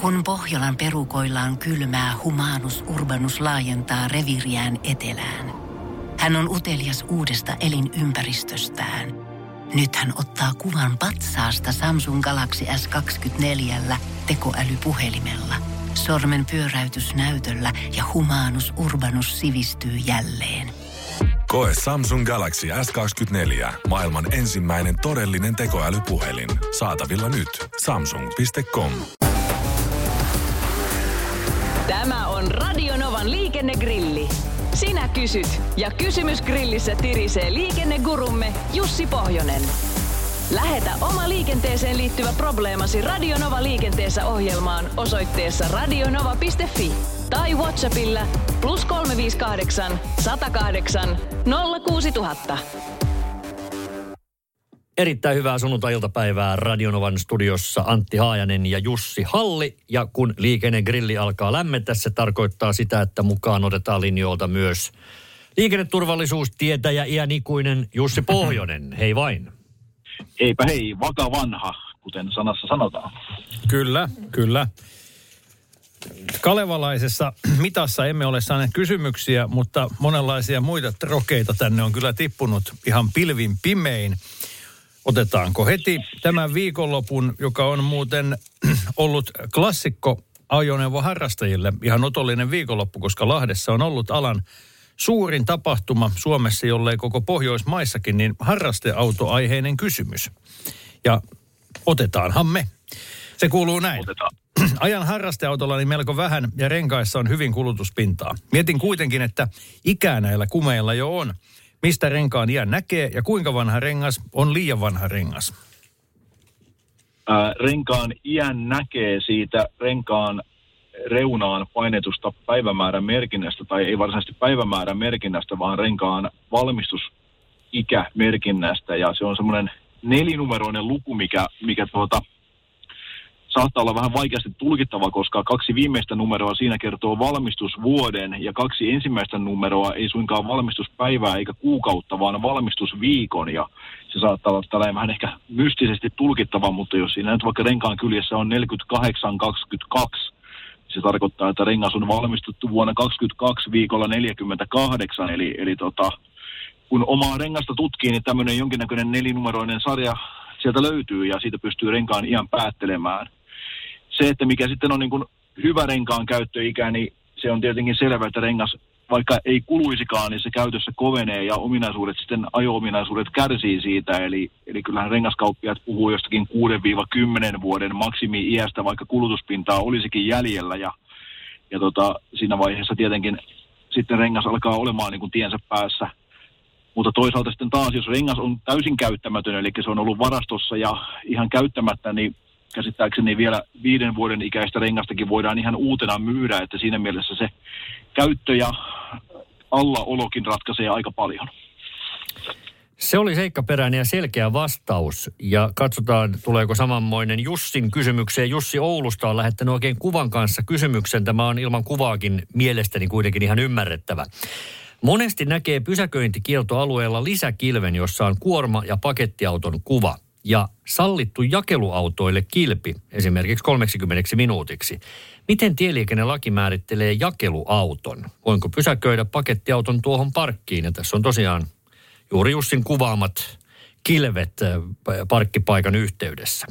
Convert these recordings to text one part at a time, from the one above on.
Kun Pohjolan perukoillaan kylmää, Humanus Urbanus laajentaa reviiriään etelään. Hän on utelias uudesta elinympäristöstään. Nyt hän ottaa kuvan patsaasta Samsung Galaxy S24 tekoälypuhelimella. Sormen pyöräytys näytöllä ja Humanus Urbanus sivistyy jälleen. Koe Samsung Galaxy S24. Maailman ensimmäinen todellinen tekoälypuhelin. Saatavilla nyt. Samsung.com. Tämä on Radio Novan liikennegrilli. Sinä kysyt ja kysymysgrillissä tirisee liikennegurumme Jussi Pohjonen. Lähetä oma liikenteeseen liittyvä probleemasi Radio Nova liikenteessä ohjelmaan osoitteessa radionova.fi tai WhatsAppilla +358 108 06000. Erittäin hyvää sunnuntai-iltapäivää Radio Novan studiossa Antti Haajanen ja Jussi Halli. Ja kun liikennegrilli alkaa lämmetä, se tarkoittaa sitä, että mukaan otetaan linjoilta myös liikenneturvallisuustietäjä iänikuinen Jussi Pohjonen. Hei vain. Eipä hei, vaka vanha, kuten sanassa sanotaan. Kyllä, kyllä. Kalevalaisessa mitassa emme ole saaneet kysymyksiä, mutta monenlaisia muita trokeita tänne on kyllä tippunut ihan pilvin pimein. Otetaanko heti tämän viikonlopun, joka on muuten ollut klassikko ajoneuvoharrastajille, ihan otollinen viikonloppu, koska Lahdessa on ollut alan suurin tapahtuma Suomessa, jollei koko Pohjoismaissakin, niin harrasteautoaiheinen kysymys. Ja otetaanhan me. Se kuuluu näin. Otetaan. Ajan harrasteautolla melko vähän ja renkaissa on hyvin kulutuspintaa. Mietin kuitenkin, että ikää näillä kumeilla jo on. Mistä renkaan iän näkee ja kuinka vanha rengas on liian vanha rengas? Renkaan iän näkee siitä renkaan reunaan painetusta päivämäärän merkinnästä, tai ei varsinaisesti päivämäärän merkinnästä, vaan renkaan valmistusikämerkinnästä. Ja se on semmoinen 4-numeroinen luku, mikä saattaa olla vähän vaikeasti tulkittava, koska 2 viimeistä numeroa siinä kertoo valmistusvuoden ja 2 ensimmäistä numeroa ei suinkaan valmistuspäivää eikä kuukautta, vaan valmistusviikon. Ja se saattaa olla tällainen vähän ehkä mystisesti tulkittava, mutta jos siinä nyt vaikka renkaan kyljessä on 4822, se tarkoittaa, että rengas on valmistuttu vuonna 2022 viikolla 48, eli kun omaa rengasta tutkii, niin tämmöinen jonkinnäköinen 4-numeroinen sarja sieltä löytyy ja siitä pystyy renkaan iän päättelemään. Se, että mikä sitten on niin kuin hyvä renkaan käyttöikä, niin se on tietenkin selvä, että rengas, vaikka ei kuluisikaan, niin se käytössä kovenee ja ominaisuudet sitten, ajo-ominaisuudet kärsii siitä. Eli kyllähän rengaskauppiaat puhuu jostakin 6-10 vuoden maksimi-iästä, vaikka kulutuspintaa olisikin jäljellä. Ja siinä vaiheessa tietenkin sitten rengas alkaa olemaan niin kuin tiensä päässä. Mutta toisaalta sitten taas, jos rengas on täysin käyttämätön, eli se on ollut varastossa ja ihan käyttämättä, niin käsittääkseni vielä 5 vuoden ikäistä rengastakin voidaan ihan uutena myydä, että siinä mielessä se käyttö ja allaolokin ratkaisee aika paljon. Se oli seikkaperäinen ja selkeä vastaus. Ja katsotaan, tuleeko samanmoinen Jussin kysymykseen. Jussi Oulusta on lähettänyt oikein kuvan kanssa kysymyksen. Tämä on ilman kuvaakin mielestäni kuitenkin ihan ymmärrettävä. Monesti näkee pysäköintikieltoalueella lisäkilven, jossa on kuorma- ja pakettiauton kuva. Ja sallittu jakeluautoille kilpi, esimerkiksi 30 minuutiksi. Miten tieliikennelaki määrittelee jakeluauton? Voinko pysäköidä pakettiauton tuohon parkkiin? Ja tässä on tosiaan juuri Jussin kuvaamat kilvet parkkipaikan yhteydessä.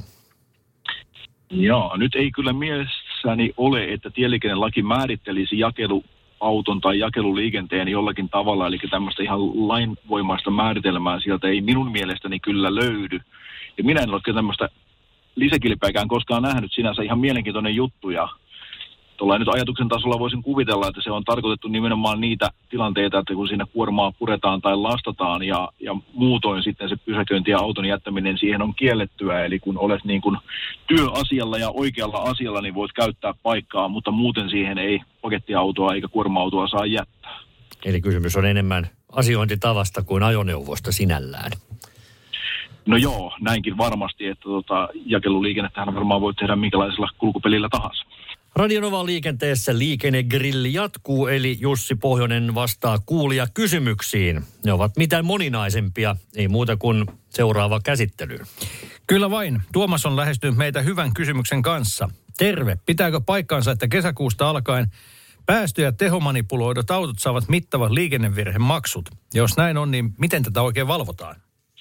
Joo, nyt ei kyllä mielessäni ole, että tieliikennelaki määrittelisi jakeluauton tai jakeluliikenteen jollakin tavalla, eli tämmöistä ihan lainvoimaista määritelmää sieltä ei minun mielestäni kyllä löydy. Ja minä en ole tämmöistä lisäkilpeäkään koskaan nähnyt, sinänsä ihan mielenkiintoinen juttu, ja tuollain nyt ajatuksen tasolla voisin kuvitella, että se on tarkoitettu nimenomaan niitä tilanteita, että kun siinä kuormaa puretaan tai lastataan ja muutoin sitten se pysäköinti ja auton jättäminen siihen on kiellettyä. Eli kun olet niin kuin työasialla ja oikealla asialla, niin voit käyttää paikkaa, mutta muuten siihen ei pakettiautoa eikä kuorma-autoa saa jättää. Eli kysymys on enemmän asiointitavasta kuin ajoneuvosta sinällään. No joo, näinkin varmasti, että jakeluliikennettähän varmaan voi tehdä minkälaisella kulkupelillä tahansa. Radio Novan liikenteessä liikennegrilli jatkuu, eli Jussi Pohjonen vastaa kuulija kysymyksiin. Ne ovat mitä moninaisempia, ei muuta kuin seuraava käsittely. Kyllä vain. Tuomas on lähestynyt meitä hyvän kysymyksen kanssa. Terve. Pitääkö paikkaansa, että kesäkuusta alkaen päästö- ja tehomanipuloidut autot saavat mittavat liikennevirhemaksut? Ja jos näin on, niin miten tätä oikein valvotaan?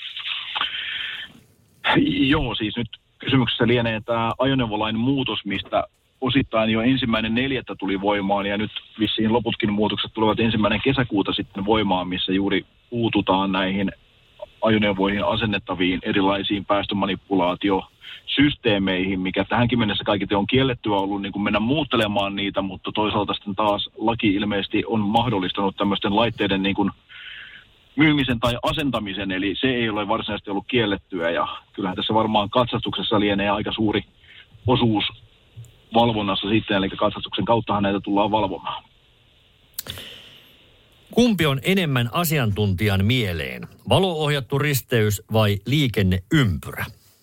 Joo, siis nyt kysymyksessä lienee tämä ajoneuvolain muutos, mistä osittain jo 1.4. tuli voimaan, ja nyt vissiin loputkin muutokset tulevat 1. kesäkuuta sitten voimaan, missä juuri puututaan näihin ajoneuvoihin asennettaviin erilaisiin päästömanipulaatiosysteemeihin, mikä tähänkin mennessä kaikille on kiellettyä ollut niin kuin mennä muuttelemaan niitä, mutta toisaalta sitten taas laki ilmeisesti on mahdollistanut tämmöisten laitteiden niin kuin myymisen tai asentamisen, eli se ei ole varsinaisesti ollut kiellettyä, ja kyllähän tässä varmaan katsastuksessa lienee aika suuri osuus valvonnassa sitten, eli katsastuksen kauttahan näitä tullaan valvomaan. Kumpi on enemmän asiantuntijan mieleen? Valo-ohjattu risteys vai liikenneympyrä?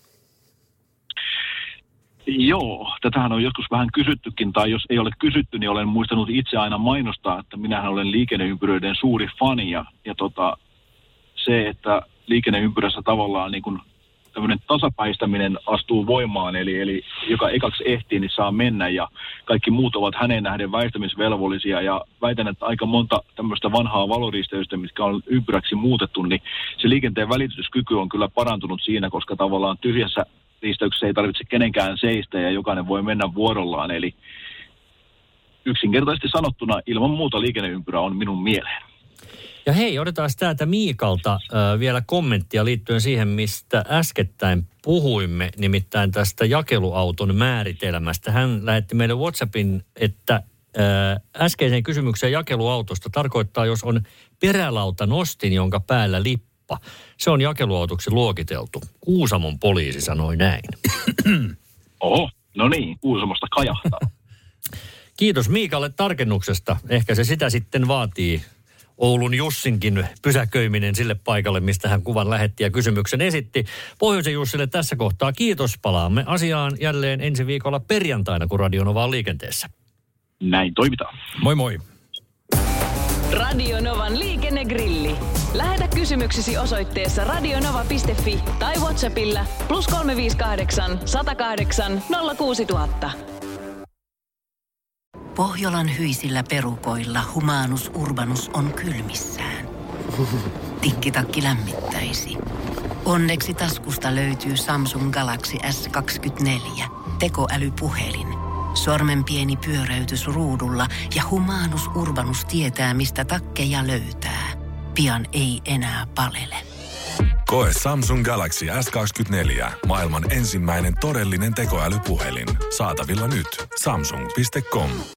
Joo, tätähän on joskus vähän kysyttykin, tai jos ei ole kysytty, niin olen muistanut itse aina mainostaa, että minähän olen liikenneympyröiden suuri fani, ja se, että liikenneympyrässä tavallaan niin kuin tämmöinen tasapäistäminen astuu voimaan, eli joka ekaksi ehtii, niin saa mennä, ja kaikki muut ovat hänen nähden väistämisvelvollisia, ja väitän, että aika monta tämmöistä vanhaa valoristeystä, mitkä on ympyräksi muutettu, niin se liikenteen välityskyky on kyllä parantunut siinä, koska tavallaan tyhjässä risteyksessä ei tarvitse kenenkään seistä, ja jokainen voi mennä vuorollaan, eli yksinkertaisesti sanottuna ilman muuta liikenneympyrä on minun mieleen. Ja hei, otetaan täältä Miikalta vielä kommenttia liittyen siihen, mistä äskettäin puhuimme, nimittäin tästä jakeluauton määritelmästä. Hän lähetti meille WhatsAppin, että äskeiseen kysymykseen jakeluautosta tarkoittaa, jos on perälauta-nostin, jonka päällä lippa. Se on jakeluautoksi luokiteltu. Kuusamon poliisi sanoi näin. Oho, no niin, Kuusamosta kajahtaa. Kiitos Miikalle tarkennuksesta. Ehkä se sitä sitten vaatii. Oulun Jussinkin pysäköiminen sille paikalle, mistä hän kuvan lähetti ja kysymyksen esitti. Pohjoisen Jussille tässä kohtaa kiitos. Palaamme asiaan jälleen ensi viikolla perjantaina, kun Radio Nova on liikenteessä. Näin toimitaan. Moi moi. Radio Novan liikennegrilli. Lähetä kysymyksesi osoitteessa radionova.fi tai WhatsAppilla +358 108 06000. Pohjolan hyisillä perukoilla Humanus Urbanus on kylmissään. Tikkitakki lämmittäisi. Onneksi taskusta löytyy Samsung Galaxy S24. Tekoälypuhelin. Sormen pieni pyöräytys ruudulla ja Humanus Urbanus tietää, mistä takkeja löytää. Pian ei enää palele. Koe Samsung Galaxy S24. Maailman ensimmäinen todellinen tekoälypuhelin. Saatavilla nyt. Samsung.com.